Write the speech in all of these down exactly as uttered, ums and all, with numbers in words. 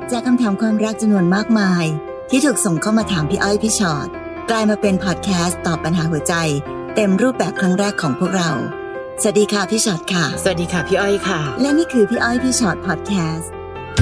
จากคำถามความรักจำนวนมากมายที่ถูกส่งเข้ามาถามพี่อ้อยพี่ชอตกลายมาเป็นพอดแคสต์ตอบปัญหาหัวใจเต็มรูปแบบครั้งแรกของพวกเราสวัสดีค่ะพี่ชอตค่ะสวัสดีค่ะพี่อ้อยค่ะและนี่คือพี่อ้อยพี่ชอตพอดแคสต์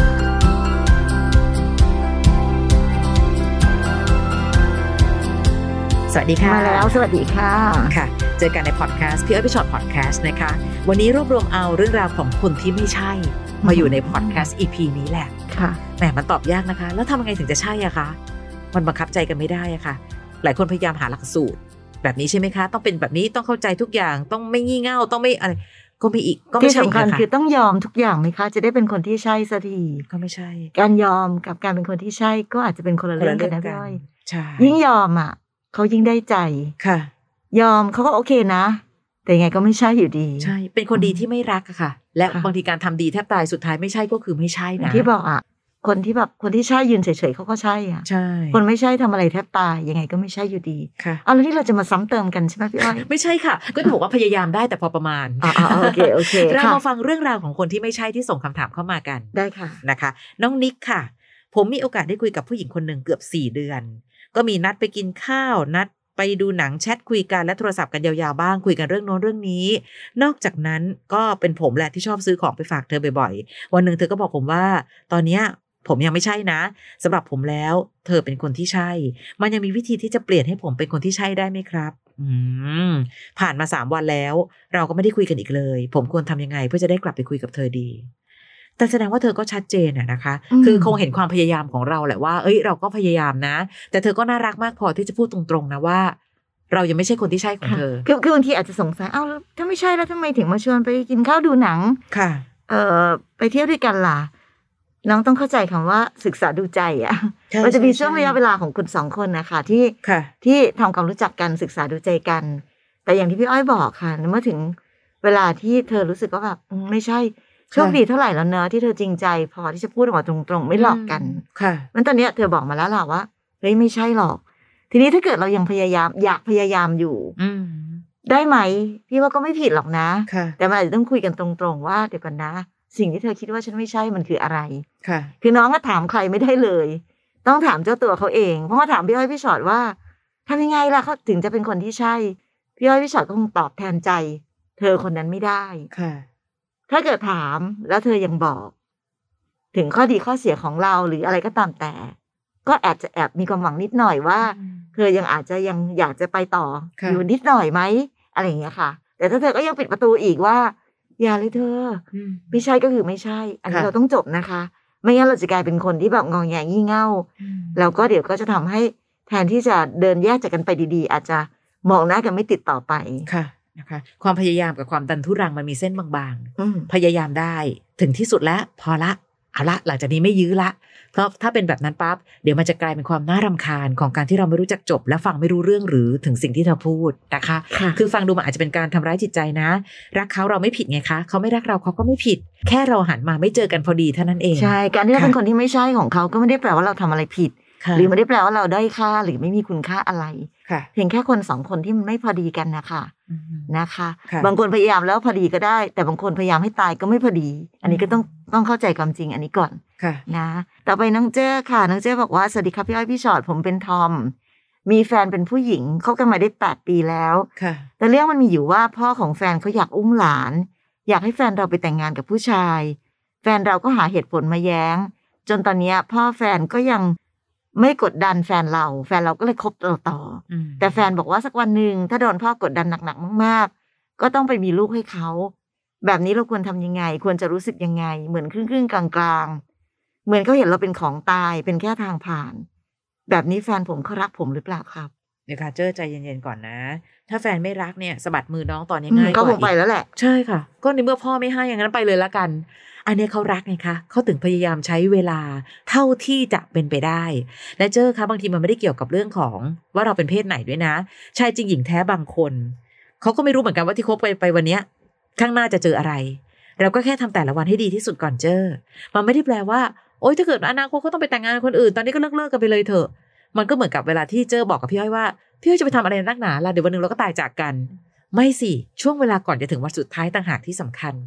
สวัสดีค่ะมาแล้วสวัสดีค่ะค่ะเจอกันในพอดแคสต์พี่อ้อยพี่ชอตพอดแคสต์นะคะวันนี้รวบรวมเอาเรื่องราวของคนที่ไม่ใช่มาอยู่ในพอดแคสต์ อี พี นี้แหละค่ะแหมมันตอบยากนะคะแล้วทำยังไงถึงจะใช่อะคะมันบังคับใจกันไม่ได้อะค่ะหลายคนพยายามหาหลักสูตรแบบนี้ใช่ไหมคะต้องเป็นแบบนี้ต้องเข้าใจทุกอย่างต้องไม่งี่เง่าต้องไม่อะไรก็มีอีกก็ไม่ใช่ที่สำคัญคือต้องยอมทุกอย่างไหมคะจะได้เป็นคนที่ใช่สักทีก็ไม่ใช่การยอมกับการเป็นคนที่ใช่ก็อาจจะเป็นคนละเรื่องกันนะพี่อ้อยใช่ยิ่งยอมอ่ะเขายิ่งได้ใจค่ะยอมเขาก็โอเคนะแต่ยังไงก็ไม่ใช่อยู่ดีใช่เป็นคนดีที่ไม่รักอะค่ะและบางทีการทำดีแทบตายสุดท้ายไม่ใช่ก็คือไม่ใช่นะที่บอกอ่ะคนที่แบบคนที่ใช่ยืนเฉยๆเขาก็ใช่อ่ะใช่คนไม่ใช่ทำอะไรแทบตายยังไงก็ไม่ใช่อยู่ดีค่ะเอาแล้วที่เราจะมาซ้ำเติมกันใช่ไหมพี่อ้อยไม่ใช่ค่ะก็จะบอกว่าพยายามได้แต่พอประมาณอ๋อโอเคโอเคเรามาฟังเรื่องราวของคนที่ไม่ใช่ที่ส่งคำถามเข้ามากันได้ค่ะนะคะน้องนิกค่ะผมมีโอกาสได้คุยกับผู้หญิงคนหนึ่งเกือบสี่เดือนก็มีนัดไปกินข้าวนัดไปดูหนังแชทคุยกันและโทรศัพท์กันยาวๆบ้างคุยกันเรื่องโน้นเรื่องนี้นอกจากนั้นก็เป็นผมแหละที่ชอบซื้อของไปฝากเธอบ่อยๆวันหนึ่งเธอก็บอกผมว่าตอนเนี้ยผมยังไม่ใช่นะสำหรับผมแล้วเธอเป็นคนที่ใช่มันยังมีวิธีที่จะเปลี่ยนให้ผมเป็นคนที่ใช่ได้ไหมครับอืมผ่านมาสามวันแล้วเราก็ไม่ได้คุยกันอีกเลยผมควรทำยังไงเพื่อจะได้กลับไปคุยกับเธอดีแต่แสดงว่าเธอก็ชัดเจนอะนะคะคือคงเห็นความพยายามของเราแหละว่าเอ้ยเราก็พยายามนะแต่เธอก็น่ารักมากพอที่จะพูดตรงๆนะว่าเรายังไม่ใช่คนที่ใช่ของเธอคือคือบางทีอาจจะสงสัยอ้าวถ้าไม่ใช่แล้วทำไมถึงมาชวนไปกินข้าวดูหนังค่ะเอ่อไปเที่ยวด้วยกันล่ะน้องต้องเข้าใจคำว่าศึกษาดูใจอ่ะมันจะมีช่วงระยะเวลาของคุณสองคนนะคะที่ที่ทำความรู้จักกันศึกษาดูใจกันแต่อย่างที่พี่อ้อยบอกค่ะเมื่อถึงเวลาที่เธอรู้สึกว่าแบบไม่ใช่โชคดีเท่าไหร่แล้วเนอะที่เธอจริงใจพอที่จะพูดออกมาตรงๆไม่หลอกกันค่ะมันตอนเนี้ยเธอบอกมาแล้วล่ะว่าเฮ้ยไม่ใช่หรอกทีนี้ถ้าเกิดเรายังพยายามอยากพยายามอยู่ได้ไหมพี่ว่าก็ไม่ผิดหรอกนะแต่มันอาจจะต้องคุยกันตรงๆว่าเดี๋ยวก่อนนะสิ่งที่เธอคิดว่าฉันไม่ใช่มันคืออะไรค่ะคือน้องก็ถามใครไม่ได้เลยต้องถามเจ้าตัวเขาเองเพราะว่าถามพี่อ้อยพี่ชอตว่าทำยังไงล่ะเขาถึงจะเป็นคนที่ใช่พี่อ้อยพี่ชอตก็คงตอบแทนใจเธอคนนั้นไม่ได้ค่ะถ้าเกิดถามแล้วเธอยังบอกถึงข้อดีข้อเสียของเราหรืออะไรก็ตามแต่ก็แอบจะแอบมีความหวังนิดหน่อยว่าเธอยังอาจจะยังอยากจะไปต่ออยู่นิดหน่อยไหมอะไรอย่างเงี้ยค่ะแต่ถ้าเธอก็ยังปิดประตูอีกว่าอย่าเลยเธอไม่ใช่ก็คือไม่ใช่อันนี้เราต้องจบนะคะไม่งั้นเราจะกลายเป็นคนที่แบบงองแงงี่เง่าแล้วก็เดี๋ยวก็จะทำให้แทนที่จะเดินแยกจากกันไปดีๆอาจจะมองหน้ากันไม่ติดต่อไปค่ะนะคะความพยายามกับความดันทุรังมันมีเส้นบางๆพยายามได้ถึงที่สุดแล้วพอละเอาละหลังจากนี้ไม่ยื้อละเพราะถ้าเป็นแบบนั้นปั๊บเดี๋ยวมันจะกลายเป็นความน่ารำคาญของการที่เราไม่รู้จักจบและฟังไม่รู้เรื่องหรือถึงสิ่งที่เธอพูดนะคะคือฟังดูมันอาจจะเป็นการทำร้ายจิตใจนะรักเขาเราไม่ผิดไงคะเขาไม่รักเราเขาก็ไม่ผิดแค่เราหันมาไม่เจอกันพอดีเท่านั้นเองใช่การที่เราเป็นคนที่ไม่ใช่ของเขาก็ไม่ได้แปลว่าเราทำอะไรผิดหรือไม่ได้แปลว่าเราด้อยค่าหรือไม่มีคุณค่าอะไรเพียงแค่คนสองคนที่มันไม่พอดีกันนะคะนะคะบางคนพยายามแล้วพอดีก็ได้แต่บางคนพยายามให้ตายก็ไม่พอดีอันนี้ก็ต้องต้องเข้าใจความจริงอันนี้ก่อนนะต่อไปน้องเจ้ค่ะน้องเจ้บอกว่าสวัสดีครับพี่อ้อยพี่ชอตผมเป็นทอมมีแฟนเป็นผู้หญิงคบกันมาได้แปดปีแล้วแต่เรื่องมันมีอยู่ว่าพ่อของแฟนเขาอยากอุ้มหลานอยากให้แฟนเราไปแต่งงานกับผู้ชายแฟนเราก็หาเหตุผลมาแย้งจนตอนนี้พ่อแฟนก็ยังไม่กดดันแฟนเราแฟนเราก็เลยคบต่อต่อแต่แฟนบอกว่าสักวันหนึ่งถ้าโดนพ่อกดดันหนักๆมากๆก็ต้องไปมีลูกให้เขาแบบนี้เราควรทำยังไงควรจะรู้สึกยังไงเหมือนครึ่งๆกลางๆเหมือนเขาเห็นเราเป็นของตายเป็นแค่ทางผ่านแบบนี้แฟนผมเขารักผมหรือเปล่าครับเดี๋ยวค่ะเจ้อใจเย็นๆก่อนนะถ้าแฟนไม่รักเนี่ยสะบัดมือน้องตอนนี้ง่ายกว่าก็คงไปแล้วแหละใช่ค่ะก็ในเมื่อพ่อไม่ให้อย่างนั้นไปเลยละกันอันนี้เขารักไงคะเขาถึงพยายามใช้เวลาเท่าที่จะเป็นไปได้และเจ้อคะบางทีมันไม่ได้เกี่ยวกับเรื่องของว่าเราเป็นเพศไหนด้วยนะชายจริงหญิงแท้บางคนเขาก็ไม่รู้เหมือนกันว่าที่คบไปไปวันนี้ข้างหน้าจะเจออะไรเราก็แค่ทำแต่ละวันให้ดีที่สุดก่อนเจ้อมันไม่ได้แปลว่าโอ๊ยถ้าเกิดอนาคตเขาต้องไปแต่งงานคนอื่นตอนนี้ก็เลิกเลิกกันไปเลยเถอะมันก็เหมือนกับเวลาที่เจ้อบอกกับพี่อ้อยว่าพี่อ้อยจะไปทำอะไรนักหนาล่ะเดี๋ยววันนึงเราก็ตายจากกันไม่สิช่วงเวลาก่อนจะถึงวันสุดท้ายต่างหากที่สำคัญ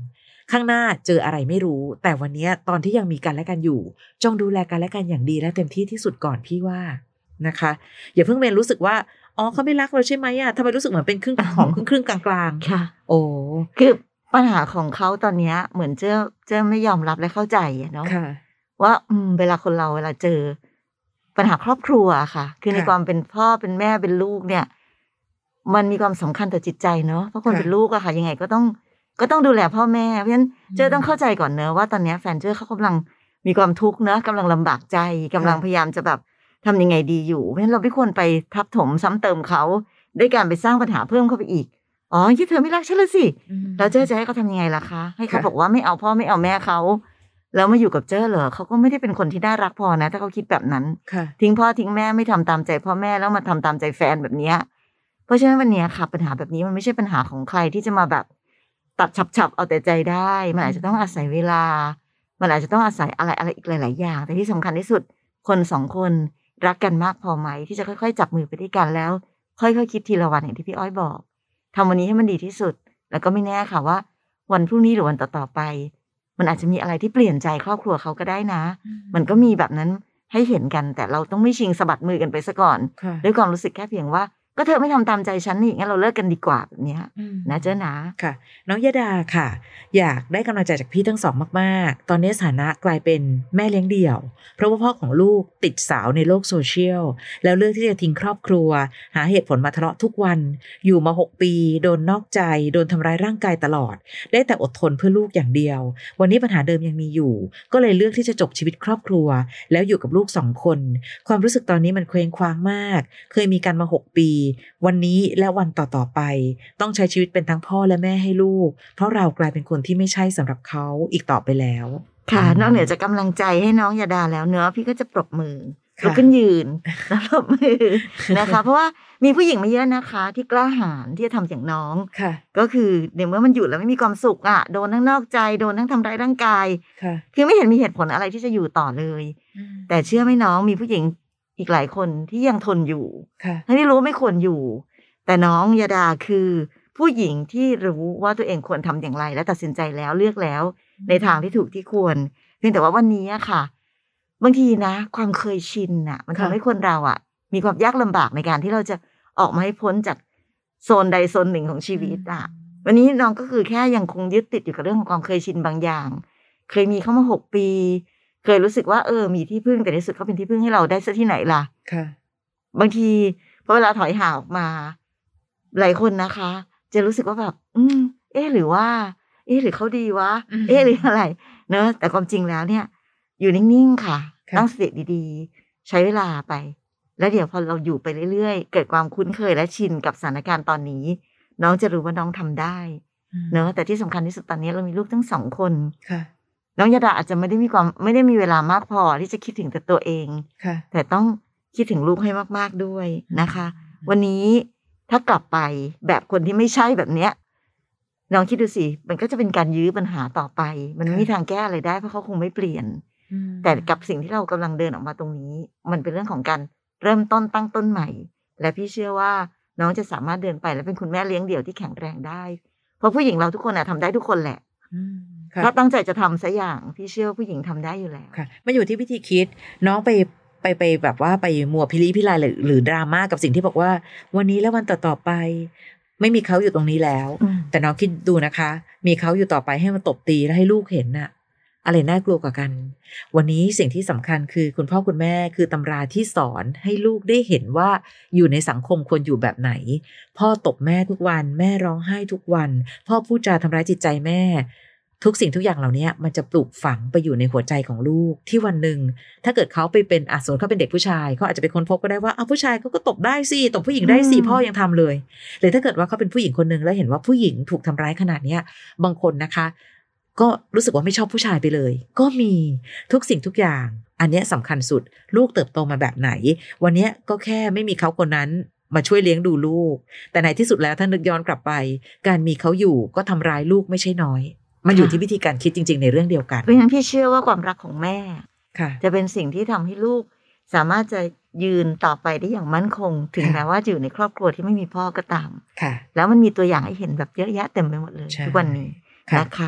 ข้างหน้าเจออะไรไม่รู้แต่วันนี้ตอนที่ยังมีกันและกันอยู่จงดูแลกันและกันอย่างดีและเต็มที่ที่สุดก่อนพี่ว่านะคะอย่าเพิ่งเมนรู้สึกว่าอ๋อเขาไม่รักเราใช่ไหมอ่ะทำไมรู้สึกเหมือนเป็นครึ่งหอมครึ่งครึ่งกลางๆค่ะโอ้คือปัญหาของเขาตอนนี้เหมือนเจ้าเจ้าไม่ยอมรับและเข้าใจเนาะว่าอืมเวลาคนเราเวลาเจอปัญหาครอบครัวค่ะคือในความเป็นพ่อเป็นแม่เป็นลูกเนี่ยมันมีความสำคัญต่อจิตใจเนาะเพราะคนเป็นลูกอะค่ะยังไงก็ต้องก็ต้องดูแลพ่อแม่เพราะฉะนั้นเจ้าต้องเข้าใจก่อนเนอะว่าตอนนี้แฟนเจ้าเขากำลังมีความทุกข์เนอะกำลังลำบากใจกำลังพยายามจะแบบทำยังไงดีอยู่เพราะฉะนั้นเราไม่ควรไปทับถมซ้ำเติมเขาด้วยการไปสร้างปัญหาเพิ่มเข้าไปอีกอ๋อที่เธอไม่รักฉันเลยสิแล้วเจ้าจะให้เขาทำยังไงล่ะคะให้เขาบอกว่าไม่เอาพ่อไม่เอาแม่เขาแล้วมาอยู่กับเจ้าเหรอเขาก็ไม่ได้เป็นคนที่น่ารักพอนะถ้าเขาคิดแบบนั้นทิ้งพ่อทิ้งแม่ไม่ทำตามใจพ่อแม่แล้วมาทำตามใจแฟนแบบนี้เพราะฉะนั้นวันนี้ค่ะปัญหาแบบนี้มันไม่ใช่ปัญหาของใครที่จะมาแบบตัดฉับๆเอาแต่ใจได้มันอาจจะต้องอาศัยเวลามันอาจจะต้องอาศัยอะไรอะไรอีกหลายๆอย่างแต่ที่สำคัญที่สุดคนสองคนรักกันมากพอไหมที่จะค่อยๆจับมือไปด้วยกันแล้วค่อยๆคิดทีละวันอย่างที่พี่อ้อยบอกทำวันนี้ให้มันดีที่สุดแล้วก็ไม่แน่ค่ะว่าวันพรุ่งนี้หรือวันต่อๆไปมันอาจจะมีอะไรที่เปลี่ยนใจครอบครัวเขาก็ได้นะมันก็มีแบบนั้นให้เห็นกันแต่เราต้องไม่ชิงสะบัดมือกันไปซะก่อนด้วยความรู้สึกแค่เพียงว่าก็เธอไม่ทำตามใจฉันนี่งั้นเราเลิกกันดีกว่าแบบนี้นะเจ้านะค่ะน้องยดาค่ะอยากได้กำลังใจจากพี่ทั้งสองมากๆตอนนี้สถานะกลายเป็นแม่เลี้ยงเดี่ยวเพราะว่าพ่อของลูกติดสาวในโลกโซเชียลแล้วเลือกที่จะทิ้งครอบครัวหาเหตุผลมาทะเลาะทุกวันอยู่มาหกปีโดนนอกใจโดนทำร้ายร่างกายตลอดได้แต่อดทนเพื่อลูกอย่างเดียววันนี้ปัญหาเดิมยังมีอยู่ก็เลยเลือกที่จะจบชีวิตครอบครัวแล้วอยู่กับลูกสองคนความรู้สึกตอนนี้มันเคว้งคว้างมากเคยมีกันมาหกปีวันนี้และวันต่อๆไปต้องใช้ชีวิตเป็นทั้งพ่อและแม่ให้ลูกเพราะเรากลายเป็นคนที่ไม่ใช่สำหรับเขาอีกต่อไปแล้วค่ะนอกเหนือจากกำลังใจให้น้องยดาแล้วเนื้อพี่ก็จะปรบมือลุกขึ้นยืนแล้วปรบมือนะคะเพราะว่ามีผู้หญิงมาเยอะนะคะที่กล้าหาญที่จะทำอย่างน้องก็คือเดี๋ยวเมื่อมันอยู่แล้วไม่มีความสุขอ่ะโดนทั้งนอกใจโดนทั้งทำร้ายร่างกายคือไม่เห็นมีเหตุผลอะไรที่จะอยู่ต่อเลยแต่เชื่อไหมน้องมีผู้หญิงอีกหลายคนที่ยังทนอยู่ทั้งที่รู้ไม่ควรอยู่แต่น้องยดาคือผู้หญิงที่รู้ว่าตัวเองควรทำอย่างไรและตัดสินใจแล้วเลือกแล้วในทางที่ถูกที่ควรเพียงแต่ว่าวันนี้ค่ะบางทีนะความเคยชินน่ะมันทำให้คนเราอ่ะมีความยากลำบากในการที่เราจะออกมาให้พ้นจากโซนใดโซนหนึ่งของชีวิตอ่ะวันนี้น้องก็คือแค่ยังคงยึดติดอยู่กับเรื่องของความเคยชินบางอย่างเคยมีเข้ามาหกปีเคยรู้สึกว่าเออมีที่พึ่งแต่ในสุดเขาเป็นที่พึ่งให้เราได้ซะที่ไหนล่ะบางทีพอเวลาถอยห่างออกมาหลายคนนะคะจะรู้สึกว่าแบบอืมเอ๊ะหรือว่าเอ๊ะหรือเขาดีวะเอ๊ะหรืออะไรเนอะแต่ความจริงแล้วเนี่ยอยู่นิ่งๆค่ะตั้งสติดีๆใช้เวลาไปแล้วเดี๋ยวพอเราอยู่ไปเรื่อยๆเกิดความคุ้นเคยและชินกับสถานการณ์ตอนนี้น้องจะรู้ว่าน้องทำได้เนอะแต่ที่สำคัญที่สุดตอนนี้เรามีลูกทั้งสองคนน้องยดาอาจจะไม่ได้มีความไม่ได้มีเวลามากพอที่จะคิดถึงแต่ตัวเองแต่ต้องคิดถึงลูกให้มากๆด้วยนะคะวันนี้ถ้ากลับไปแบบคนที่ไม่ใช่แบบเนี้ยน้องคิดดูสิมันก็จะเป็นการยื้อปัญหาต่อไปมันไม่มีทางแก้อะไรได้เพราะเขาคงไม่เปลี่ยนแต่กับสิ่งที่เรากำลังเดินออกมาตรงนี้มันเป็นเรื่องของการเริ่มต้นตั้งต้นใหม่และพี่เชื่อว่าน้องจะสามารถเดินไปและเป็นคุณแม่เลี้ยงเดี่ยวที่แข็งแรงได้เพราะผู้หญิงเราทุกคนอะทำได้ทุกคนแหละถ้าตั้งใจจะทำสักอย่างพี่เชื่อว่าผู้หญิงทำได้อยู่แล้วค่ะมันอยู่ที่วิธีคิดน้องไปไปไปแบบว่าไปมัวพิลีพิไลหรือหรือดราม่ากับสิ่งที่บอกว่าวันนี้และวันต่อๆไปไม่มีเขาอยู่ตรงนี้แล้วแต่น้องคิดดูนะคะมีเขาอยู่ต่อไปให้มันตบตีและให้ลูกเห็นน่ะอะไรน่ากลัวกว่ากันวันนี้สิ่งที่สำคัญคือคุณพ่อคุณแม่คือตำราที่สอนให้ลูกได้เห็นว่าอยู่ในสังคมควรอยู่แบบไหนพ่อตบแม่ทุกวันแม่ร้องไห้ทุกวันพ่อพูดจาทำร้ายจิตใจแม่ทุกสิ่งทุกอย่างเหล่านี้มันจะปลูกฝังไปอยู่ในหัวใจของลูกที่วันหนึ่งถ้าเกิดเขาไปเป็นอ่ะสมมติเขาเป็นเด็กผู้ชายเขาอาจจะเป็นคนพบก็ได้ว่าอ้าวผู้ชายเขาก็ตบได้สิตบผู้หญิงได้สิพ่อยังทำเลยหรือถ้าเกิดว่าเขาเป็นผู้หญิงคนนึงแล้วเห็นว่าผู้หญิงถูกทำร้ายขนาดนี้บางคนนะคะก็รู้สึกว่าไม่ชอบผู้ชายไปเลยก็มีทุกสิ่งทุกอย่างอันนี้สำคัญสุดลูกเติบโตมาแบบไหนวันนี้ก็แค่ไม่มีเขาคนนั้นมาช่วยเลี้ยงดูลูกแต่ในที่สุดแล้วถ้านึกย้อนกลับไปการมีเขาอยู่ก็ทำร้ายลูกไม่ใช่น้อยมันอยู่ที่วิธีการคิดจริงๆในเรื่องเดียวกันเพราะฉะนั้นพี่เชื่อว่าความรักของแม่จะเป็นสิ่งที่ทำให้ลูกสามารถจะยืนต่อไปได้อย่างมั่นคงถึงแม้ว่าจะอยู่ในครอบครัวที่ไม่มีพ่อก็ตามแล้วมันมีตัวอย่างให้เห็นแบบเยอะแยะเต็มไปหมดเลยทุกวันนี้นะคะ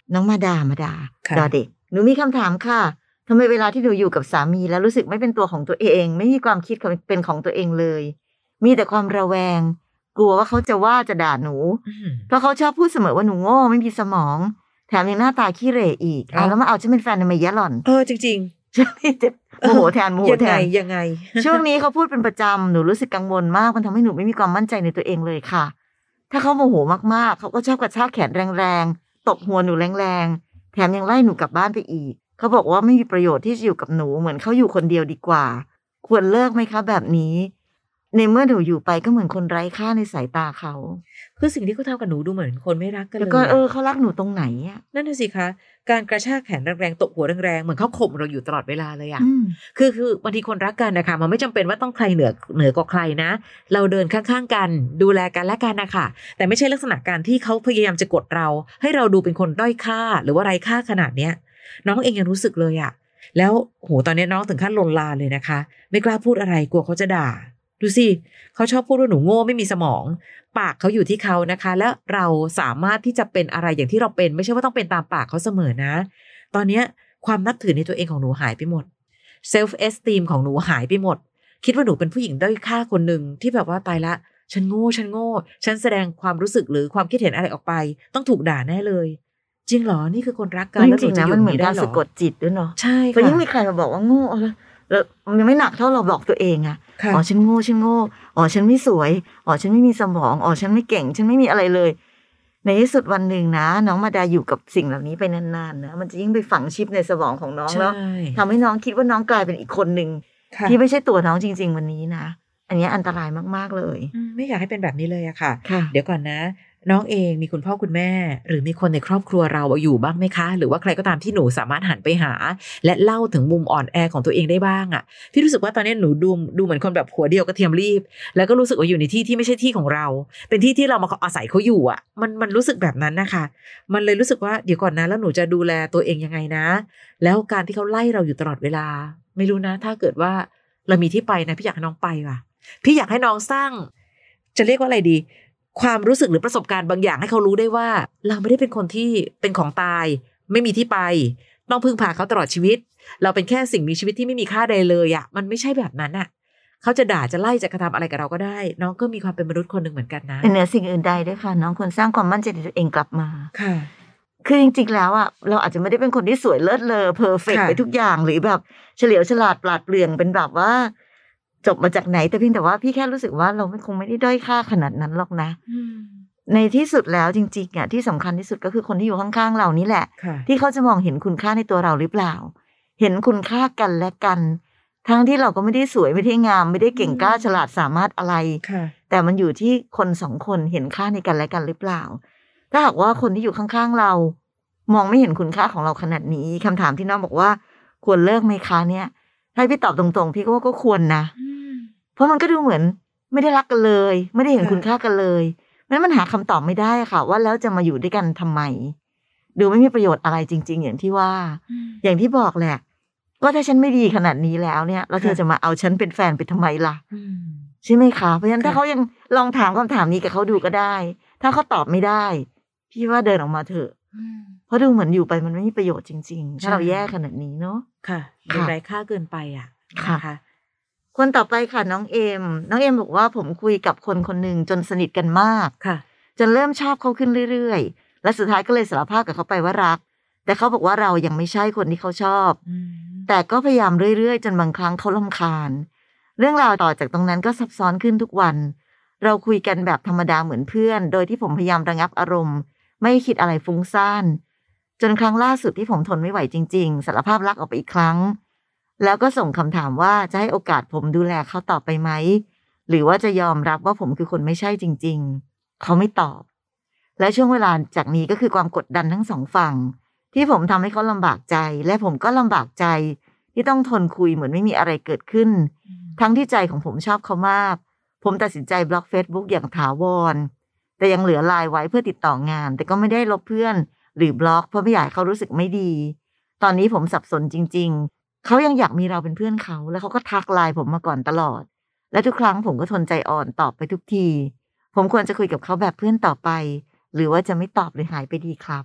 น้องมาดามาดาดอเด็กหนูมีคำถามค่ะทำไมเวลาที่หนูอยู่กับสามีแล้วรู้สึกไม่เป็นตัวของตัวเองไม่มีความคิดเป็นของตัวเองเลยมีแต่ความระแวงกลัวว่าเขาจะว่าจะด่าหนูเพราะเขาชอบพูดเสมอว่าหนูโง่ไม่มีสมองแถมยังหน้าตาขี้เหร่อีกเอาแล้วมาเอาฉันเป็นแฟนทำไมยะหล่อนเออจริงๆช่วงนี้เจ็บโมโหแทนโมโหแทนยังไงช่วงนี้เขาพูดเป็นประจำหนูรู้สึกกังวลมากมันทำให้หนูไม่มีความมั่นใจในตัวเองเลยค่ะถ้าเขาโมโหมากๆเขาก็ชอบกระชากแขนแรงๆตบหัวหนูแรงๆแถมยังไล่หนูกลับบ้านไปอีกเขาบอกว่าไม่มีประโยชน์ที่จะอยู่กับหนูเหมือนเขาอยู่คนเดียวดีกว่าควรเลิกไหมคะแบบนี้ในเมื่อหนูอยู่ไปก็เหมือนคนไร้ค่าในสายตาเขาคือสิ่งที่เขาทำกับหนูดูเหมือนคนไม่รักกันเลยแล้วก็เออเขารักหนูตรงไหนอ่ะนั่นน่ะสิคะการกระชากแขนแรงๆตบหัวแรงๆเหมือนเขาข่มเราอยู่ตลอดเวลาเลยอ่ะคือคือบางทีคนรักกันนะคะมันไม่จำเป็นว่าต้องใครเหนือเหนือกว่าใครนะเราเดินข้างๆกันดูแลกันและกันนะคะแต่ไม่ใช่ลักษณะการที่เขาพยายามจะกดเราให้เราดูเป็นคนด้อยค่าหรือว่าไร้ค่าขนาดเนี้ยน้องเองยังรู้สึกเลยอ่ะแล้วโหตอนนี้น้องถึงขั้นลนลานเลยนะคะไม่กล้าพูดอะไรกลัวเขาจะด่าดูสิเขาชอบพูดว่าหนูโง่ไม่มีสมองปากเขาอยู่ที่เขานะคะและเราสามารถที่จะเป็นอะไรอย่างที่เราเป็นไม่ใช่ว่าต้องเป็นตามปากเขาเสมอนะตอนนี้ความนับถือในตัวเองของหนูหายไปหมดเซลฟ์เอสตีมของหนูหายไปหมดคิดว่าหนูเป็นผู้หญิงด้อยค่าคนหนึ่งที่แบบว่าตายละฉันโง่ฉันโง่ฉันแสดงความรู้สึกหรือความคิดเห็นอะไรออกไปต้องถูกด่าแน่เลยจริงเหรอนี่คือคนรักกันแล้วจริงๆนะมันเหมือนการสะกดจิตด้วยเนาะใช่ค่ะยิ่งมีใครมาบอกว่าโง่แล้วมันยังไม่หนักเท่าเราบอกตัวเองอะอ๋อฉันโง่ฉันโง่อ๋อฉันไม่สวยอ๋อฉันไม่มีสมองอ๋อฉันไม่เก่งฉันไม่มีอะไรเลยในที่สุดวันหนึ่งนะน้องมาดาอยู่กับสิ่งเหล่านี้ไปนานๆนะมันจะยิ่งไปฝังชิปในสมองของน้องแล้วทำให้น้องคิดว่าน้องกลายเป็นอีกคนหนึ่งที่ไม่ใช่ตัวน้องจริงๆวันนี้นะอันนี้อันตรายมากๆเลยไม่อยากให้เป็นแบบนี้เลยอะค่ะเดี๋ยวก่อนนะน้องเองมีคุณพ่อคุณแม่หรือมีคนในครอบครัวเราอยู่บ้างไหมคะหรือว่าใครก็ตามที่หนูสามารถหันไปหาและเล่าถึงมุมอ่อนแอของตัวเองได้บ้างอะพี่รู้สึกว่าตอนนี้หนูดูดูเหมือนคนแบบหัวเดียวกระเทียมรีบแล้วก็รู้สึกว่าอยู่ในที่ที่ไม่ใช่ที่ของเราเป็นที่ที่เรามาอาศัยเขาอยู่อะมันมันรู้สึกแบบนั้นนะคะมันเลยรู้สึกว่าเดี๋ยวก่อนนะแล้วหนูจะดูแลตัวเองยังไงนะแล้วการที่เขาไล่เราอยู่ตลอดเวลาไม่รู้นะถ้าเกิดว่าเรามีที่ไปนะพี่อยากให้น้องไปว่ะพี่อยากให้น้องสร้างจะเรียกว่าอะไรดีความรู้สึกหรือประสบการณ์บางอย่างให้เขารู้ได้ว่าเราไม่ได้เป็นคนที่เป็นของตายไม่มีที่ไปต้องพึ่งพาเขาตลอดชีวิตเราเป็นแค่สิ่งมีชีวิตที่ไม่มีค่าใดเลยอ่ะมันไม่ใช่แบบนั้นอ่ะเขาจะด่าจะไล่จะกระทำอะไรกับเราก็ได้น้องก็มีความเป็นมนุษย์คนหนึ่งเหมือนกันนะเหนือสิ่งอื่นใดด้วยค่ะน้องควรสร้างความมั่นใจในตัวเองกลับมาค่ะคือจริงๆแล้วอ่ะเราอาจจะไม่ได้เป็นคนที่สวยเลิศเลอเพอร์เฟกต์ไปทุกอย่างหรือแบบเฉลียวฉลาดปราดเปรื่องเป็นแบบว่าจบมาจากไหนแต่เพียงแต่ว่าพี่แค่รู้สึกว่าเราไม่คงไม่ได้ด้อยค่าขนาดนั้นหรอกนะในที่สุดแล้วจริงๆอ่ะที่สำคัญที่สุดก็คือคนที่อยู่ข้างๆเรานี่แหละที่เขาจะมองเห็นคุณค่าในตัวเราหรือเปล่าเห็นคุณค่ากันและกันทั้งที่เราก็ไม่ได้สวยไม่ได้งามไม่ได้เก่งกล้าฉลาดสามารถอะไรแต่มันอยู่ที่คนสองคนเห็นค่าในกันและกันหรือเปล่าถ้าหากว่าคนที่อยู่ข้างๆเรามองไม่เห็นคุณค่าของเราขนาดนี้คำถามที่น้องบอกว่าควรเลิกไหมคะเนี่ยให้พี่ตอบตรงๆพี่ก็ว่าก็ควรนะเพราะมันก็ดูเหมือนไม่ได้รักกันเลยไม่ได้เห็นคุณค่ากันเลยนั้นมันหาคำตอบไม่ได้ค่ะว่าแล้วจะมาอยู่ด้วยกันทำไมดูไม่มีประโยชน์อะไรจริงๆอย่างที่ว่าอย่างที่บอกแหละก็ถ้าฉันไม่ดีขนาดนี้แล้วเนี่ยแล้วเธอจะมาเอาฉันเป็นแฟนไปทำไมล่ะใช่ไหมคะเพราะฉะนั้นถ้าเขายังลองถามคำถามนี้กับเขาดูก็ได้ถ้าเขาตอบไม่ได้พี่ว่าเดินออกมาเถอะเพราะดูเหมือนอยู่ไปมันไม่มีประโยชน์จริงๆถ้าเราแย่ขนาดนี้เนาะค่ะดูไร้ค่าเกินไปอ่ะค่ะคนต่อไปค่ะน้องเอ็มน้องเอ็มบอกว่าผมคุยกับคนคนหนึ่งจนสนิทกันมากค่ะจนเริ่มชอบเขาขึ้นเรื่อยๆและสุดท้ายก็เลยสารภาพกับเขาไปว่ารักแต่เขาบอกว่าเรายังไม่ใช่คนที่เขาชอบแต่ก็พยายามเรื่อยๆจนบางครั้งเขารำคาญเรื่องราวต่อจากตรงนั้นก็ซับซ้อนขึ้นทุกวันเราคุยกันแบบธรรมดาเหมือนเพื่อนโดยที่ผมพยายามระงับอารมณ์ไม่คิดอะไรฟุ้งซ่านจนครั้งล่าสุดที่ผมทนไม่ไหวจริงๆสารภาพรักออกไปอีกครั้งแล้วก็ส่งคำถามว่าจะให้โอกาสผมดูแลเขาต่อไปไหมหรือว่าจะยอมรับว่าผมคือคนไม่ใช่จริงๆเขาไม่ตอบและช่วงเวลาจากนี้ก็คือความกดดันทั้งสองฝั่งที่ผมทำให้เขาลำบากใจและผมก็ลำบากใจที่ต้องทนคุยเหมือนไม่มีอะไรเกิดขึ้นทั้งที่ใจของผมชอบเขามากผมตัดสินใจบล็อก Facebook อย่างถาวรแต่ยังเหลือไลน์ไว้เพื่อติดต่องานแต่ก็ไม่ได้ลบเพื่อนหรือบล็อกเพราะไม่อยากให้เขารู้สึกไม่ดีตอนนี้ผมสับสนจริงๆเขายังอยากมีเราเป็นเพื่อนเขาแล้วเขาก็ทักไลน์ผมมาก่อนตลอดและทุกครั้งผมก็ทนใจอ่อนตอบไปทุกทีผมควรจะคุยกับเขาแบบเพื่อนต่อไปหรือว่าจะไม่ตอบหรือหายไปดีครับ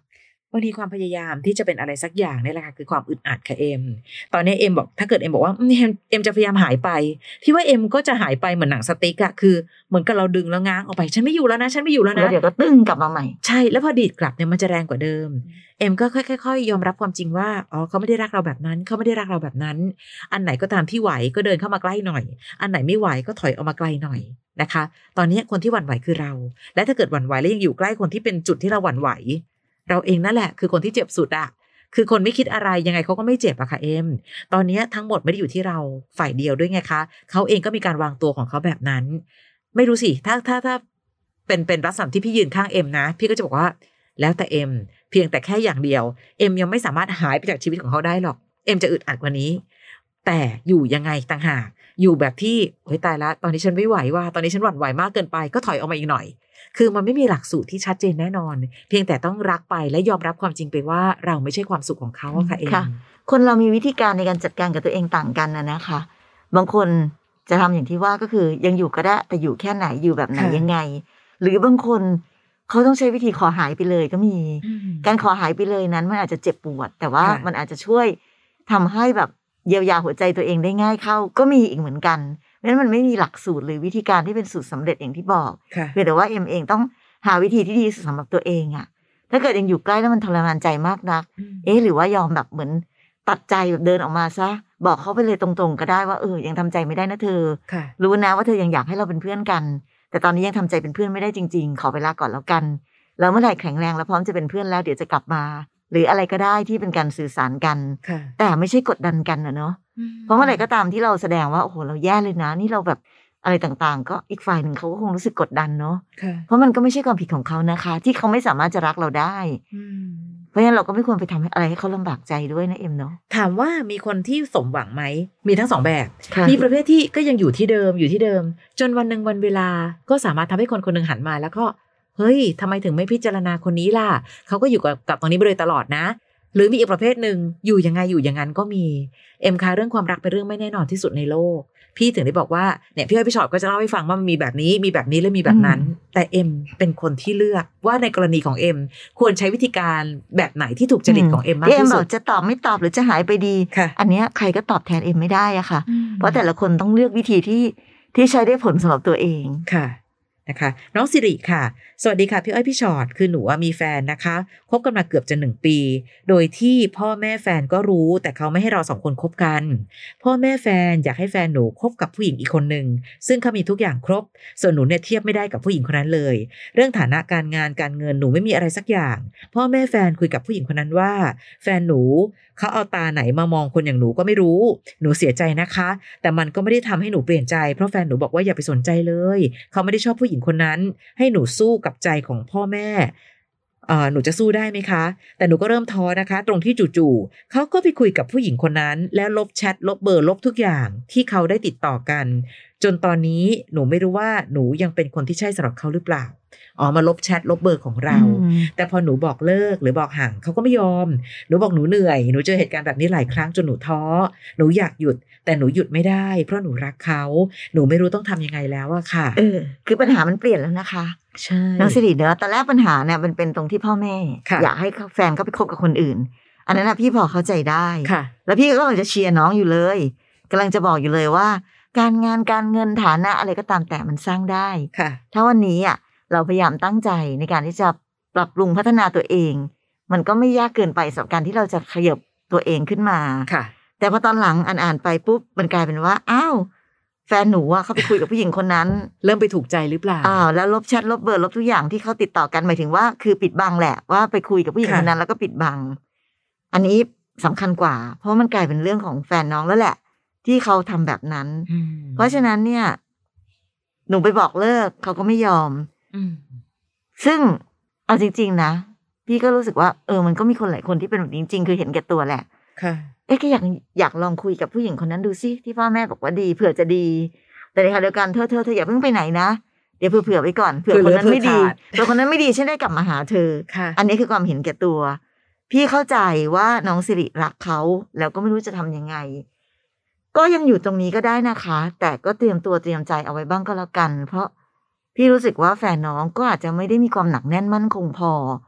บางทีความพยายามที่จะเป็นอะไรสักอย่างนี่แหละค่ะคือความอึดอัดค่ะเอ็มตอนนี้เอ็มบอกถ้าเกิดเอ็มบอกว่าเอ็มเอ็มจะพยายามหายไปที่ว่าเอ็มก็จะหายไปเหมือนหนังสติ๊กอะคือเหมือนกับเราดึงแล้วง้างออกไปฉันไม่อยู่แล้วนะฉันไม่อยู่แล้วนะแล้วเดี๋ยวก็ตึ้งกลับมาใหม่ใช่แล้วพอดีดกลับเนี่ยมันจะแรงกว่าเดิมเอ็มก็ค่อยๆยอมรับความจริงว่าอ๋อเขาไม่ได้รักเราแบบนั้นเขาไม่ได้รักเราแบบนั้นอันไหนก็ตามที่ไหวก็เดินเข้ามาใกล้หน่อยอันไหนไม่ไหวก็ถอยออกมาไกลหน่อยนะคะตอนนี้คนที่หวั่นไหวคือเราและถ้าเกิดหวั่นไหวแล้วยังอยู่ใกล้คนที่เป็นจุดที่เราหวั่นไหวเราเองนั่นแหละคือคนที่เจ็บสุดอะคือคนไม่คิดอะไรยังไงเขาก็ไม่เจ็บอะค่ะเอ็มตอนนี้ทั้งหมดไม่ได้อยู่ที่เราฝ่ายเดียวด้วยไงคะเขาเองก็มีการวางตัวของเขาแบบนั้นไม่รู้สิถ้าถ้าถ้าเป็นเป็นรัศมีที่พี่ยืนข้างเอ็มนะพี่ก็จะบอกว่าแล้วแต่เอ็มเพียงแต่แค่อย่างเดียวเอ็มยังไม่สามารถหายไปจากชีวิตของเขาได้หรอกเอ็มจะอึดอัดกว่านี้แต่อยู่ยังไงต่างหากอยู่แบบที่โอ๊ยตายละตอนนี้ฉันไม่ไหวว่าตอนนี้ฉันหวั่นไหวมากเกินไปก็ถอยออกมาอีกหน่อยคือมันไม่มีหลักสูตรที่ชัดเจนแน่นอนเพียงแต่ต้องรักไปและยอมรับความจริงไปว่าเราไม่ใช่ความสุขของเขาค่ะเองคนเรามีวิธีการในการจัดการกับตัวเองต่างกันนะนะคะบางคนจะทำอย่างที่ว่าก็คือยังอยู่ก็ได้แต่อยู่แค่ไหนอยู่แบบไหนยังไงหรือบางคนเขาต้องใช้วิธีขอหายไปเลยก็มีการขอหายไปเลยนั้นมันอาจจะเจ็บปวดแต่ว่ามันอาจจะช่วยทำให้แบบเยียวยาหัวใจตัวเองได้ง่ายเข้าก็มีอีกเหมือนกันเพราะฉะนั้นมันไม่มีหลักสูตรหรือวิธีการที่เป็นสูตรสำเร็จอย่างที่บอกเพียงแต่ว่าเอ็มเองต้องหาวิธีที่ดีสำหรับตัวเองอะถ้าเกิดยังอยู่ใกล้แล้วมันทรมานใจมากนักเอ๊ะหรือว่ายอมแบบเหมือนตัดใจแบบเดินออกมาซะบอกเขาไปเลยตรงๆก็ได้ว่าเออยังทำใจไม่ได้นะเธอรู้นะว่าเธอยังอยากให้เราเป็นเพื่อนกันแต่ตอนนี้ยังทำใจเป็นเพื่อนไม่ได้จริงๆขอเวลาก่อนแล้วกันแล้วเมื่อไหร่แข็งแรงแล้วพร้อมจะเป็นเพื่อนแล้วเดี๋ยวจะกลับมาหรืออะไรก็ได้ที่เป็นการสื่อสารกันแต่ไม่ใช่กดดันกันนะเนาะเพราะเมื่อไหร่ก็ตามที่เราแสดงว่าโอ้โหเราแย่เลยนะนี่เราแบบอะไรต่างๆก็อีกฝ่ายหนึ่งเขาก็คงรู้สึกกดดันเนาะเพราะมันก็ไม่ใช่ความผิดของเขานะคะที่เขาไม่สามารถจะรักเราได้เพราะฉะนั้นเราก็ไม่ควรไปทำอะไรให้เขาลำบากใจด้วยนะเอ็มเนาะถามว่ามีคนที่สมหวังไหมมีทั้งสองแบบมีประเภทที่ก็ยังอยู่ที่เดิมอยู่ที่เดิมจนวันหนึ่งวันเวลาก็สามารถทำให้คนคนหนึ่งหันมาแล้วก็เฮ้ยทำไมถึงไม่พิจารณาคนนี้ล่ะเขาก็อยู่กับกับตรงนี้ไปเลยตลอดนะหรือมีอีกประเภทหนึ่งอยู่ยังไงอยู่อย่างนั้นก็มีเอ็มคะเรื่องความรักเป็นเรื่องไม่แน่นอนที่สุดในโลกพี่ถึงได้บอกว่าเนี่ยพี่อ้อยพี่ชอตก็จะเล่าให้ฟังว่ามันมีแบบนี้มีแบบนี้และมีแบบนั้นแต่เอ็มเป็นคนที่เลือกว่าในกรณีของเอ็มควรใช้วิธีการแบบไหนที่ถูกจริตของเอ็มมากที่สุดเอ็มบอกจะตอบไม่ตอบหรือจะหายไปดีอันนี้ใครก็ตอบแทนเอ็มไม่ได้อะค่ะเพราะแต่ละคนต้องเลือกวิธีที่ที่ใช้ได้ผลสำหรับตัวเองค่ะนะคะน้องสิริค่ะสวัสดีค่ะพี่อ้อยพี่ชอตคือหนูว่ามีแฟนนะคะคบกันมาเกือบจะหนึ่งปีโดยที่พ่อแม่แฟนก็รู้แต่เขาไม่ให้เราสองคนคบกันพ่อแม่แฟนอยากให้แฟนหนูคบกับผู้หญิงอีกคนหนึ่งซึ่งเขามีทุกอย่างครบส่วนหนูเนี่ยเทียบไม่ได้กับผู้หญิงคนนั้นเลยเรื่องฐานะการงานการเงินหนูไม่มีอะไรสักอย่างพ่อแม่แฟนคุยกับผู้หญิงคนนั้นว่าแฟนหนูเขาเอาตาไหนมามองคนอย่างหนูก็ไม่รู้หนูเสียใจนะคะแต่มันก็ไม่ได้ทำให้หนูเปลี่ยนใจเพราะแฟนหนูบอกว่าอย่าไปสนใจเลยเขาไม่ได้ชอบผู้หญิงคนนั้นให้หนูสู้กับใจของพ่อแม่เอ่อหนูจะสู้ได้ไหมคะแต่หนูก็เริ่มท้อนะคะตรงที่จู่ๆเขาก็ไปคุยกับผู้หญิงคนนั้นแล้วลบแชทลบเบอร์ลบทุกอย่างที่เขาได้ติดต่อกันจนตอนนี้หนูไม่รู้ว่าหนูยังเป็นคนที่ใช่สำหรับเขาหรือเปล่าอ๋อมาลบแชทลบเบอร์ของเราแต่พอหนูบอกเลิกหรือบอกห่างเขาก็ไม่ยอมหนูบอกหนูเหนื่อยหนูเจอเหตุการณ์แบบนี้หลายครั้งจนหนูท้อหนูอยากหยุดแต่หนูหยุดไม่ได้เพราะหนูรักเขาหนูไม่รู้ต้องทำยังไงแล้วอะค่ะเออคือปัญหามันเปลี่ยนแล้วนะคะใช่น้องสิริเนอะตอนแรกปัญหาเนี่ยมันเป็นตรงที่พ่อแม่อยากให้แฟนเขาไปคบกับคนอื่นอันนั้นนะพี่พอเข้าใจได้แล้วพี่ก็กำลังจะเชียร์น้องอยู่เลยกำลังจะบอกอยู่เลยว่าการงานการเงินฐานะอะไรก็ตามแต่มันสร้างได้ถ้าวันนี้อ่ะเราพยายามตั้งใจในการที่จะปรับปรุงพัฒนาตัวเองมันก็ไม่ยากเกินไปสำหรับการที่เราจะขยับตัวเองขึ้นมาแต่พอตอนหลังอ่านๆไปปุ๊บมันกลายเป็นว่าอ้าวแฟนหนูอ่ะเขาไปคุยกับผู้หญิงคนนั้นเริ่มไปถูกใจหรือเปล่าอ้าวแล้วลบแชทลบเบอร์ลบทุกอย่างที่เขาติดต่อกันหมายถึงว่าคือปิดบังแหละว่าไปคุยกับผู้หญิงคนนั้นแล้วก็ปิดบังอันนี้สำคัญกว่าเพราะมันกลายเป็นเรื่องของแฟนน้องแล้วแหละที่เขาทำแบบนั้นเพราะฉะนั้นเนี่ยหนูไปบอกเลิกเขาก็ไม่ยอมซึ่งเอาจริงๆนะพี่ก็รู้สึกว่าเออมันก็มีคนหลายคนที่เป็นแบบจริงๆคือเห็นแก่ตัวแหละค่ะเอ๊ะก็อยากอยากลองคุยกับผู้หญิงคนนั้นดูซิที่พ่อแม่บอกว่าดีเผื่อจะดีแต่ในขณะเดียวกันเธอเธอเธออย่าเพิ่งไปไหนนะเดี๋ยวเผื่อๆไว้ก่อนเผื่อคนนั้นไม่ดีเผื่อคนนั้นไม่ดีฉันได้กลับมาหาเธออันนี้คือความเห็นแก่ตัวพี่เข้าใจว่าน้องสิริรักเขาแล้วก็ไม่รู้จะทำยังไงก็ยังอยู่ตรงนี้ก็ได้นะคะแต่ก็เตรียมตัวเตรียมใจเอาไว้บ้างก็แล้วกันเพราะพี่รู้สึกว่าแฟนน้องก็อาจจะไม่ได้มีความหนักแน่นมั่นคงพอ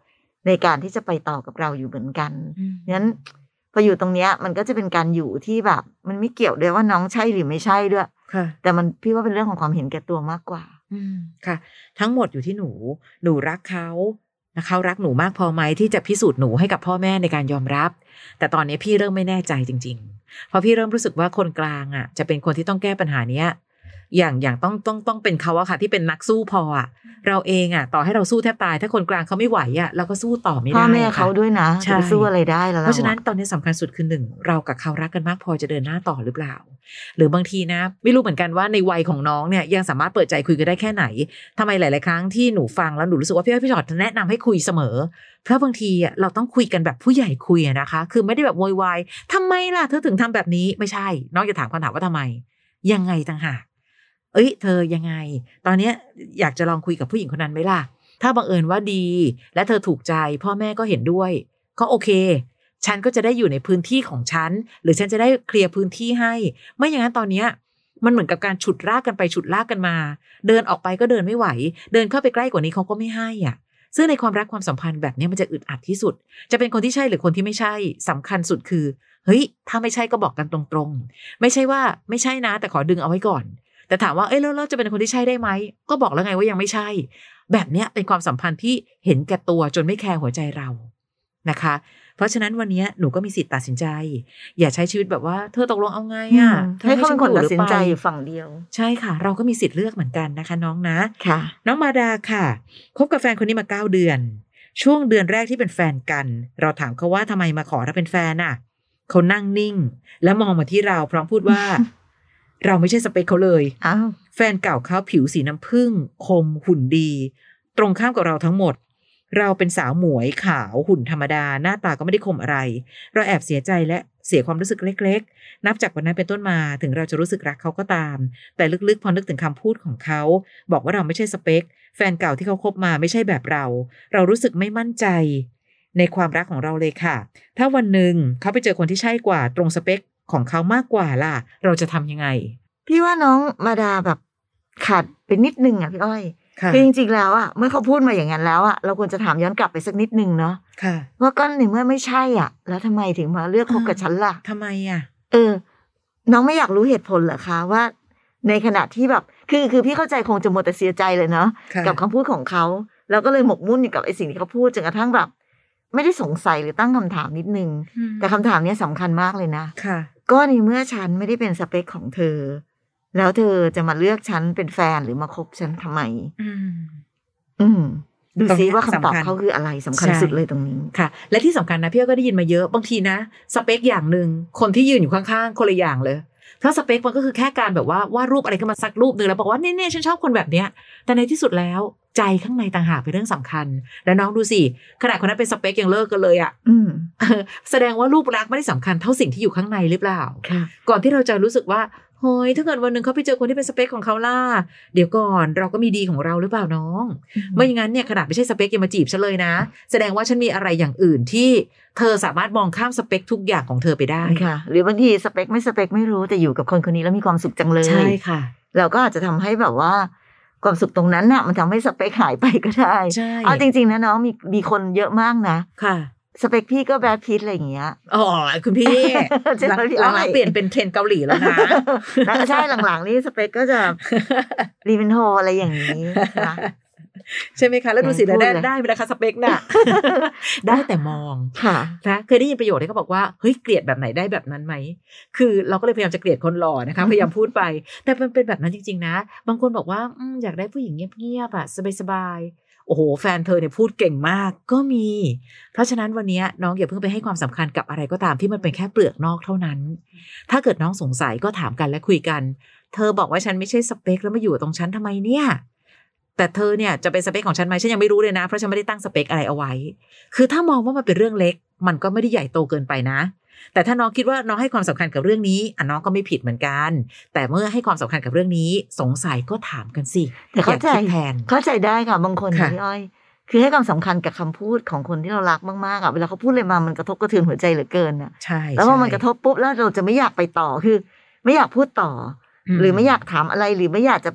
ในการที่จะไปต่อกับเราอยู่เหมือนกันงั้นพออยู่ตรงเนี้ยมันก็จะเป็นการอยู่ที่แบบมันไม่เกี่ยวด้วยว่าน้องใช่หรือไม่ใช่ด้วยแต่มันพี่ว่าเป็นเรื่องของความเห็นแก่ตัวมากกว่าค่ะทั้งหมดอยู่ที่หนูหนูรักเขานะเขารักหนูมากพอไหมที่จะพิสูจน์หนูให้กับพ่อแม่ในการยอมรับแต่ตอนนี้พี่เริ่มไม่แน่ใจจริงๆเพราะพี่เริ่มรู้สึกว่าคนกลางอ่ะจะเป็นคนที่ต้องแก้ปัญหาเนี้ยอย่างอย่างต้องต้องต้องเป็นเขาอะค่ะที่เป็นนักสู้พออะเราเองอะต่อให้เราสู้แทบตายถ้าคนกลางเขาไม่ไหวอะเราก็สู้ต่อไม่ได้พ่อแม่เขาด้วยนะจะสู้อะไรได้แล้วเพราะฉะนั้นตอนนี้สำคัญสุดคือหนึ่งเรากับเขารักกันมากพอจะเดินหน้าต่อหรือเปล่าหรือบางทีนะไม่รู้เหมือนกันว่าในวัยของน้องเนี่ยยังสามารถเปิดใจคุยกันได้แค่ไหนทำไมหลายๆครั้งที่หนูฟังแล้วหนูรู้สึกว่าพี่อ้อยพี่ชอตแนะนำให้คุยเสมอเพราะบางทีอะเราต้องคุยกันแบบผู้ใหญ่คุยนะคะคือไม่ได้แบบโวยวายทำไมล่ะเธอถึงทำแบบนี้ไม่ใช่น้องจะถามคำถามว่าทำไมยังไงต่างหากเอ้ยเธอยังไงตอนนี้อยากจะลองคุยกับผู้หญิงคนนั้นไหมล่ะถ้าบังเอิญว่าดีและเธอถูกใจพ่อแม่ก็เห็นด้วยก็โอเคฉันก็จะได้อยู่ในพื้นที่ของฉันหรือฉันจะได้เคลียร์พื้นที่ให้ไม่อย่างนั้นตอนนี้มันเหมือนกับการฉุดลากกันไปฉุดลากกันมาเดินออกไปก็เดินไม่ไหวเดินเข้าไปใกล้กว่านี้เขาก็ไม่ให้อ่ะซึ่งในความรักความสัมพันธ์แบบนี้มันจะอึดอัดที่สุดจะเป็นคนที่ใช่หรือคนที่ไม่ใช่สำคัญสุดคือเฮ้ยถ้าไม่ใช่ก็บอกกันตรงๆไม่ใช่ว่าไม่ใช่นะแต่ขอดึงเอาไว้ก่อนแต่ถามว่าเอ้ยแล้วเราจะเป็นคนที่ใช่ได้ไหมก็บอกแล้วไงว่ายังไม่ใช่แบบเนี้ยเป็นความสัมพันธ์ที่เห็นแก่ตัวจนไม่แคร์หัวใจเรานะคะเพราะฉะนั้นวันนี้หนูก็มีสิทธิ์ตัดสินใจอย่าใช้ชีวิตแบบว่าเธอตกลงเอาไงอ่ะให้เขาเป็นคนตัดสินใจอยู่ฝั่งเดียวใช่ค่ะเราก็มีสิทธิ์เลือกเหมือนกันนะคะน้องนะค่ะน้องมาดาค่ะคบกับแฟนคนนี้มาเก้าเดือนช่วงเดือนแรกที่เป็นแฟนกันเราถามเขาว่าทำไมมาขอถ้าเป็นแฟนอ่ะเขานั่งนิ่งแล้วมองมาที่เราพร้อมพูดว่า เราไม่ใช่สเปคเขาเลยแฟนเก่าเขาผิวสีน้ำผึ้งคมหุ่นดีตรงข้ามกับเราทั้งหมดเราเป็นสาวหมวยขาวหุ่นธรรมดาหน้าตาก็ไม่ได้คมอะไรเราแอบเสียใจและเสียความรู้สึกเล็กๆนับจากวันนั้นเป็นต้นมาถึงเราจะรู้สึกรักเขาก็ตามแต่ลึกๆพอนึกถึงคำพูดของเขาบอกว่าเราไม่ใช่สเปคแฟนเก่าที่เขาคบมาไม่ใช่แบบเราเรารู้สึกไม่มั่นใจในความรักของเราเลยค่ะถ้าวันหนึ่งเขาไปเจอคนที่ใช่กว่าตรงสเปคของเขามากกว่าล่ะเราจะทำยังไงพี่ว่าน้องมาดาแบบขาดไปนิดนึงอ่ะพี่อ้อยคือจริงๆแล้วอ่ะเมื่อเขาพูดมาอย่างนั้นแล้วอ่ะเราควรจะถามย้อนกลับไปสักนิดนึงเนาะว่าก็ในเมื่อไม่ใช่อ่ะแล้วทำไมถึงมาเลือกคบกับฉันล่ะทำไมอ่ะเออน้องไม่อยากรู้เหตุผลเหรอคะว่าในขณะที่แบบคือคือพี่เข้าใจคงจะหมดแต่เสียใจเลยเนาะกับคำพูดของเขาแล้วก็เลยหมกมุ่นอยู่กับไอ้สิ่งที่เขาพูดจนกระทั่งแบบไม่ได้สงสัยหรือตั้งคำถามนิดนึงแต่คำถามนี้สำคัญมากเลยนะก็ในเมื่อฉันไม่ได้เป็นสเปคของเธอแล้วเธอจะมาเลือกฉันเป็นแฟนหรือมาคบฉันทำไมอืมอืมดูซิว่าคำตอบเขาคืออะไรสำคัญสุดเลยตรงนี้ค่ะและที่สำคัญนะพี่ก็ได้ยินมาเยอะบางทีนะสเปคอย่างหนึ่งคนที่ยืนอยู่ข้างๆคนละอย่างเลยเพราะสเปคมันก็คือแค่การแบบว่าวาดรูปอะไรขึ้นมาสักรูปนึงแล้วบอกว่าเนี่ยๆฉันชอบคนแบบเนี้ยแต่ในที่สุดแล้วใจข้างในต่างหากเป็นเรื่องสำคัญแล้วน้องดูสิขนาดคนนั้นเป็นสเปคยังเลิกกันเลยอ่ะแสดงว่ารูปลักษณ์ไม่ได้สำคัญเท่าสิ่งที่อยู่ข้างในหรือเปล่าก่อนที่เราจะรู้สึกว่าเฮ้ยถ้าเกิดวันหนึ่งเขาไปเจอคนที่เป็นสเปคของเขาล่ะเดี๋ยวก่อนเราก็มีดีของเราหรือเปล่าน้องไม่อย่างนั้นเนี่ยขนาดไม่ใช่สเปคยังมาจีบฉันเลยนะแสดงว่าฉันมีอะไรอย่างอื่นที่เธอสามารถมองข้ามสเปคทุกอย่างของเธอไปได้ค่ะหรือบางทีสเปคไม่สเปคไม่รู้แต่อยู่กับคนคนนี้แล้วมีความสุขจังเลยใช่ค่ะเราก็อาจจะทำให้แบบว่าความสุขตรงนั้นน่ะมันทำให้สเปคหายไปก็ได้เอาจริงๆนะน้องมีมีคนเยอะมากนะค่ะสเปคพี่ก็แบดพีทอะไรอย่างเงี้ยอ๋อคุณพี่หลังๆเปลี่ยนเป็นเทรนเกาหลีแล้วนะใช่หลังๆนี่สเปคก็จะรีเวนโฮอะไรอย่างนี้นะใช่ไหมคะแล้วดูสิแล้วได้ได้ไหมนะคะสเปคน่ะได้แต่มองนะเคยได้ยินประโยชน์ที่เขาบอกว่าเฮ้ยเกลียดแบบไหนได้แบบนั้นไหมคือเราก็เลยพยายามจะเกลียดคนหล่อนะคะพยายามพูดไปแต่มันเป็นแบบนั้นจริงๆนะบางคนบอกว่าอยากได้ผู้หญิงเงียบๆอ่ะสบายๆโอ้โหแฟนเธอเนี่ยพูดเก่งมากก็มีเพราะฉะนั้นวันนี้น้องอย่าเพิ่งไปให้ความสำคัญกับอะไรก็ตามที่มันเป็นแค่เปลือกนอกเท่านั้นถ้าเกิดน้องสงสัยก็ถามกันและคุยกันเธอบอกว่าฉันไม่ใช่สเปคแล้วมาอยู่ตรงฉันทำไมเนี่ยแต่เธอเนี่ยจะเป็นสเปคของฉันไหมฉันยังไม่รู้เลยนะเพราะฉันไม่ได้ตั้งสเปคอะไรเอาไว้คือถ้ามองว่ามันเป็นเรื่องเล็กมันก็ไม่ได้ใหญ่โตเกินไปนะแต่ถ้าน้องคิดว่าน้องให้ความสำคัญกับเรื่องนี้อ่ะน้องก็ไม่ผิดเหมือนกันแต่เมื่อให้ความสำคัญกับเรื่องนี้สงสัยก็ถามกันสิแต่เข้าใจแทนเข้าใจได้ค่ะบางคนพี่อ้อยคือให้ความสำคัญกับคำพูดของคนที่เรารักมากๆอ่ะเวลาเขาพูดอะไรมามันกระทบกระเทือนหัวใจเหลือเกินอ่ะใช่แล้วพอมันกระทบปุ๊บแล้วเราจะไม่อยากไปต่อคือไม่อยากพูดต่อหรือไม่อยากถามอะไรหรือไม่อยากจะแบบ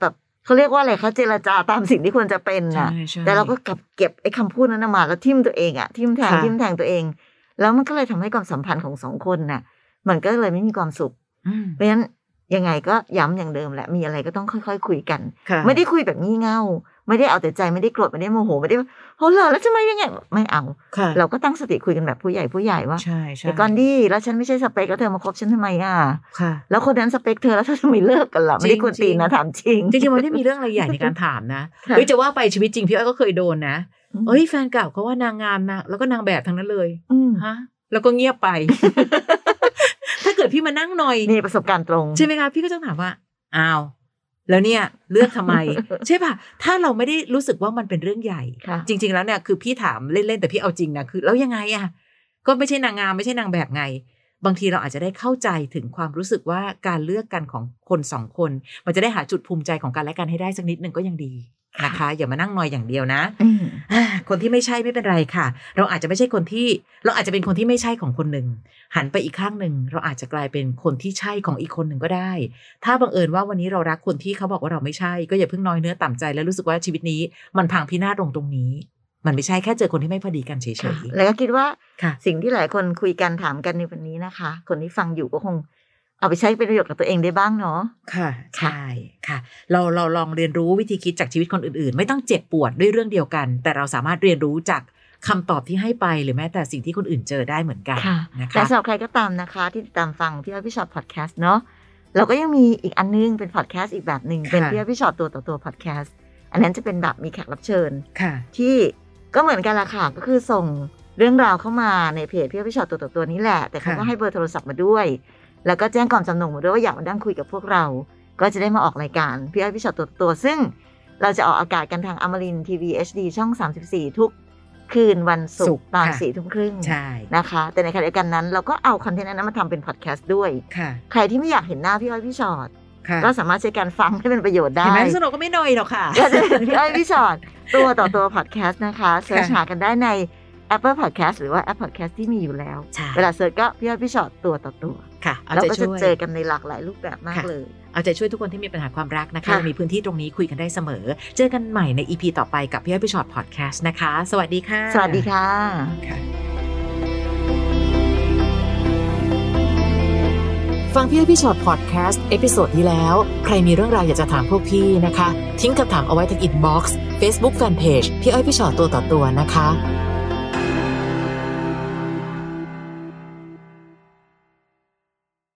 เขาเรียกว่าอะไรคะเจรจาตามสิ่งที่ควรจะเป็นน่ะแต่เราก็กลับเก็บไอ้คำพูดนั้นมาแล้วทิ่มตัวเองอ่ะทิ่มแทงทิ่มแทงตัวเองแล้วมันก็เลยทำให้ความสัมพันธ์ของสองคนน่ะมันก็เลยไม่มีความสุขเพราะฉะนั้นยังไงก็ย้ำอย่างเดิมแหละมีอะไรก็ต้องค่อยๆคุยกันไม่ได้คุยแบบงี่เง่าไม่ได้เอาแต่ใจไม่ได้โกรธไม่ได้โมโหไม่ได้โหเหรอแล้วทำไมยังไงไม่เอาเราก็ตั้งสติคุยกันแบบผู้ใหญ่ผู้ใหญ่ว่าไอ้ก่อนดีแล้วฉันไม่ใช่สเปคแล้วเธอมาคบฉันทำไมอ่ะแล้วคนนั้นสเปคเธอแล้วเธอทำไมเลิกกันล่ะไม่ได้ควรตีนะถามจริงจริงๆมันไม่ได้มีเรื่องอะไรใหญ่ในการถามนะเฮ้ยจะว่าไปชีวิตจริงพี่อ้อยก็เคยโดนนะเอ้ยแฟนเก่าเขาว่านางงามนะแล้วก็นางแบบทั้งนั้นเลยฮะแล้วก็เงียบไปถ้าเกิดพี่มานั่งหน่อยมีประสบการณ์ตรงใช่ไหมคะพี่ก็จะถามว่าอ้าวแล้วเนี่ยเลือกทำไม ใช่ป่ะถ้าเราไม่ได้รู้สึกว่ามันเป็นเรื่องใหญ่จริงๆแล้วเนี่ยคือพี่ถามเล่นๆแต่พี่เอาจริงนะคือแล้วยังไงอ่ะก็ไม่ใช่นางงามไม่ใช่นางแบบไงบางทีเราอาจจะได้เข้าใจถึงความรู้สึกว่าการเลือกกันของคนสองคนมันจะได้หาจุดภูมิใจของกันและกันให้ได้สักนิดนึงก็ยังดีนะคะอย่ามานั่งนอยอย่างเดียวนะคนที่ไม่ใช่ไม่เป็นไรค่ะเราอาจจะไม่ใช่คนที่เราอาจจะเป็นคนที่ไม่ใช่ของคนหนึ่งหันไปอีกข้างหนึ่งเราอาจจะกลายเป็นคนที่ใช่ของอีกคนหนึ่งก็ได้ถ้าบังเอิญว่าวันนี้เรารักคนที่เขาบอกว่าเราไม่ใช่ก็อย่าเพิ่งน้อยเนื้อต่ำใจแล้วรู้สึกว่าชีวิตนี้มันพังพินาศลงตรงนี้มันไม่ใช่แค่เจอคนที่ไม่พอดีกันเฉยๆแล้วก็คิดว่าสิ่งที่หลายคนคุยกันถามกันในวันนี้นะคะคนที่ฟังอยู่ก็คงเอาไปใช้เป็นประโยชน์กับตัวเองได้บ้างเนาะค่ะใช่ค่ะเราเราลองเรียนรู้วิธีคิดจากชีวิตคนอื่นๆไม่ต้องเจ็บปวดด้วยเรื่องเดียวกันแต่เราสามารถเรียนรู้จากคำตอบที่ให้ไปหรือแม้แต่สิ่งที่คนอื่นเจอได้เหมือนกันนะคะแต่สำหรับใครก็ตามนะคะที่ติดตามฟังพี่อ้อยพี่ชอตพอดแคสต์เนาะเราก็ยังมีอีกอันนึงเป็นพอดแคสต์อีกแบบหนึ่งเป็นพี่อ้อยพี่ชอตตัวต่อตัวพอดแคสต์อันนั้นจะเป็นแบบมีแขกรับเชิญที่ก็เหมือนกันละค่ะก็คือส่งเรื่องราวเข้ามาในเพจพี่อ้อยพี่ชอตตัวต่อตัวนี้แหละแต่เขาก็ให้เบอร์โทรศัพท์มาด้วยแล้วก็แจ้งก่อนจำนงมาด้วยว่าอยากมานั่งคุยกับพวกเราก็จะได้มาออกรายการพี่อ้อยพี่ชอตตัวตัวซึ่งเราจะออกอากาศกันทางอมรินทร์ทีวี เอช ดี ช่องสามสิบสี่ทุกคืนวันศุกร์ตอนสี่ทุ่มครึ่งนะคะแต่ในขณะเดียวกันนั้นเราก็เอาคอนเทนต์นั้นมาทำเป็นพอดแคสต์ด้วยใครที่ไม่อยากเห็นหน้าพี่อ้อยพี่ชอตก็สามารถใช้การฟังให้เป็นประโยชน์ได้เห็นไหมสนุกก็ไม่น้อยหรอกค่ะก็จะเป็นพี่อ้อยพี่ชอตตัวต่อตัวพอดแคสต์นะคะเสิร์ชหากันได้ใน Apple Podcast หรือว่าแอป Podcast ที่มีอยู่แล้วเวลาเสิร์ชก็พี่อ้อยพี่ชอตตัวต่อตัวค่ะแล้วก็จะเจอกันในหลากหลายรูปแบบมากเลยเอาใจช่วยทุกคนที่มีปัญหาความรักนะคะมีพื้นที่ตรงนี้คุยกันได้เสมอเจอกันใหม่ใน อี พี ต่อไปกับพี่อ้อยพี่ชอตพอดแคสต์นะคะสวัสดีค่ะสวัสดีค่ะฟังพี่อ้อยพี่ชอตพอดแคสต์เอพิโซดที่แล้วใครมีเรื่องราวอยากจะถามพวกพี่นะคะทิ้งคำถามเอาไว้ที่อินบ็อกซ์ Facebook Fanpage พี่อ้อยพี่ชอตตัวต่อตัวนะคะ